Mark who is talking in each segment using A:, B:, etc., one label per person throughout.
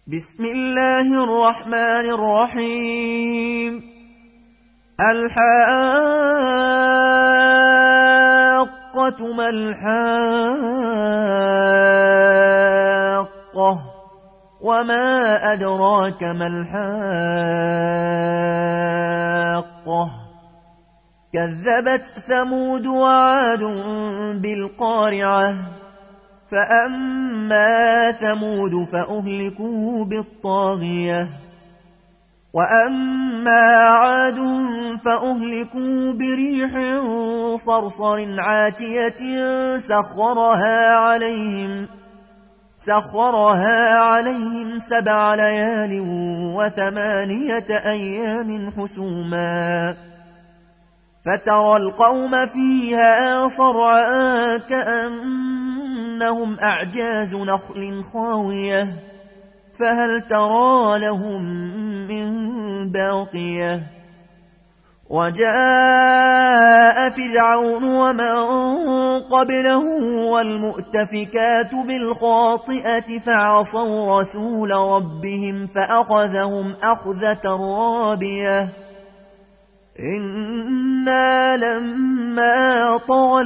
A: بسم الله الرحمن الرحيم. الحاقة ما الحاقة وما أدراك ما الحاقة كذبت ثمود وعاد بالقارعة فأما ثمود فأهلكوا بالطاغية وأما عاد فأهلكوا بريح صرصر عاتية سخرها عليهم 7 ليال و8 أيام حسوما فترى القوم فيها صرعا كأنهم أعجاز نخل خاوية فهل ترى لهم من باقية وجاء فرعون ومن قبله والمؤتفكات بالخاطئة فعصوا رسول ربهم فأخذهم أخذة رابية إنا لما طغى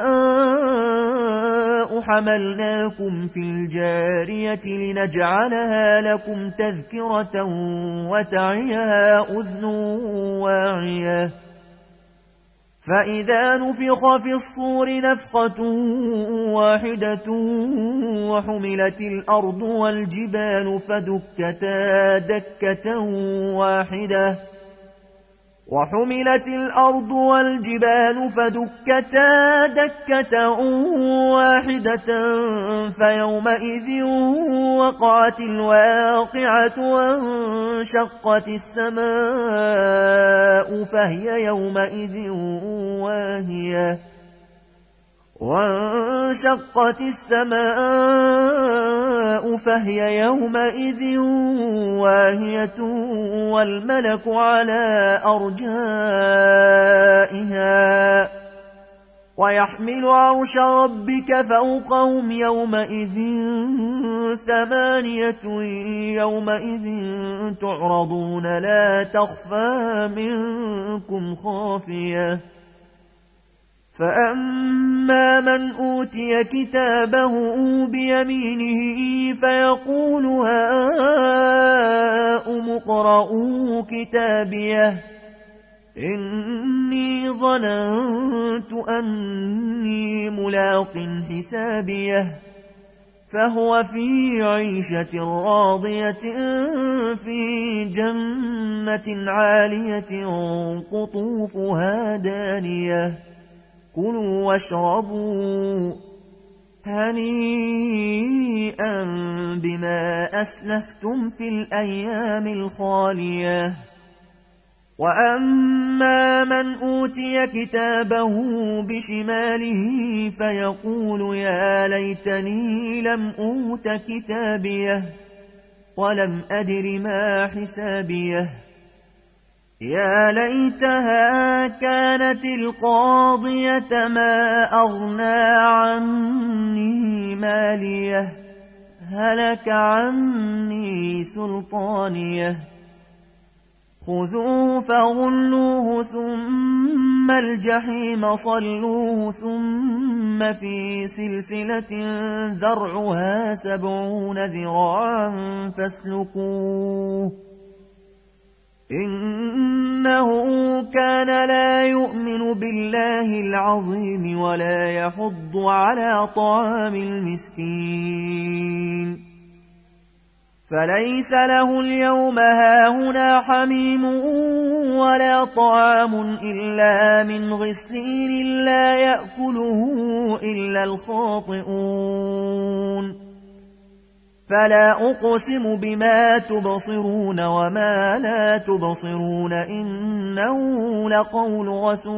A: الماء حملناكم في الجارية لنجعلها لكم تذكرة وتعيها أذن واعية فإذا نفخ في الصور نفخة واحدة وحملت الأرض والجبال فدكتا دكة واحدة فيومئذ وقعت الواقعة وانشقت السماء فهي يومئذ واهية والملك على أرجائها ويحمل عرش ربك فوقهم يومئذ 8 يومئذ تعرضون لا تخفى منكم خافية فأما من أوتي كتابه بيمينه فيقول هاؤم اقرءوا كتابيه إني ظننت أني ملاق حسابيه فهو في عيشة راضية في جنة عالية قطوفها دانية كلوا واشربوا هنيئا بما أسلفتم في الأيام الخالية وأما من أوتي كتابه بشماله فيقول يا ليتني لم أوت كتابيه ولم أدر ما حسابيه يا ليتها كانت القاضية ما أغنى عني ماليه هلك عني سلطانيه خذوه فغلوه ثم الجحيم صلوه ثم في سلسلة ذرعها 70 ذراعا فاسلكوه إنه كان لا يؤمن بالله العظيم ولا يحض على طعام المسكين فليس له اليوم هاهنا حميم ولا طعام إلا من غسلين لا يأكله إلا الخاطئون فلا أقسم بما تبصرون وما لا تبصرون إنه لقول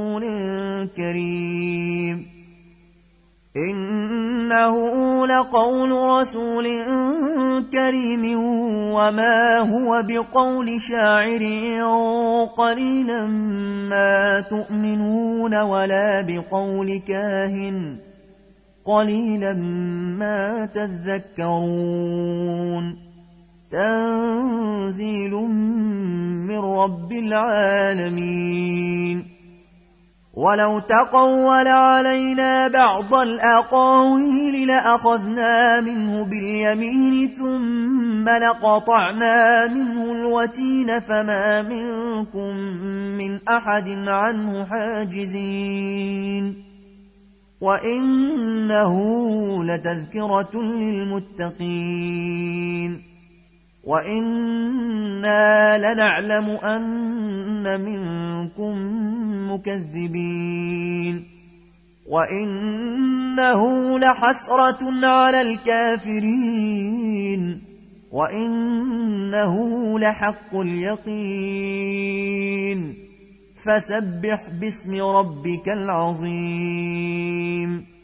A: رسول كريم وما هو بقول شاعر قليلا ما تؤمنون ولا بقول كاهن قليلا ما تذكرون تنزيل من رب العالمين ولو تقول علينا بعض الأقاويل لأخذنا منه باليمين ثم لقطعنا منه الوتين فما منكم من أحد عنه حاجزين وإنه لتذكرة للمتقين وإنا لنعلم أن منكم مكذبين وإنه لحسرة على الكافرين وإنه لحق اليقين فسبح باسم ربك العظيم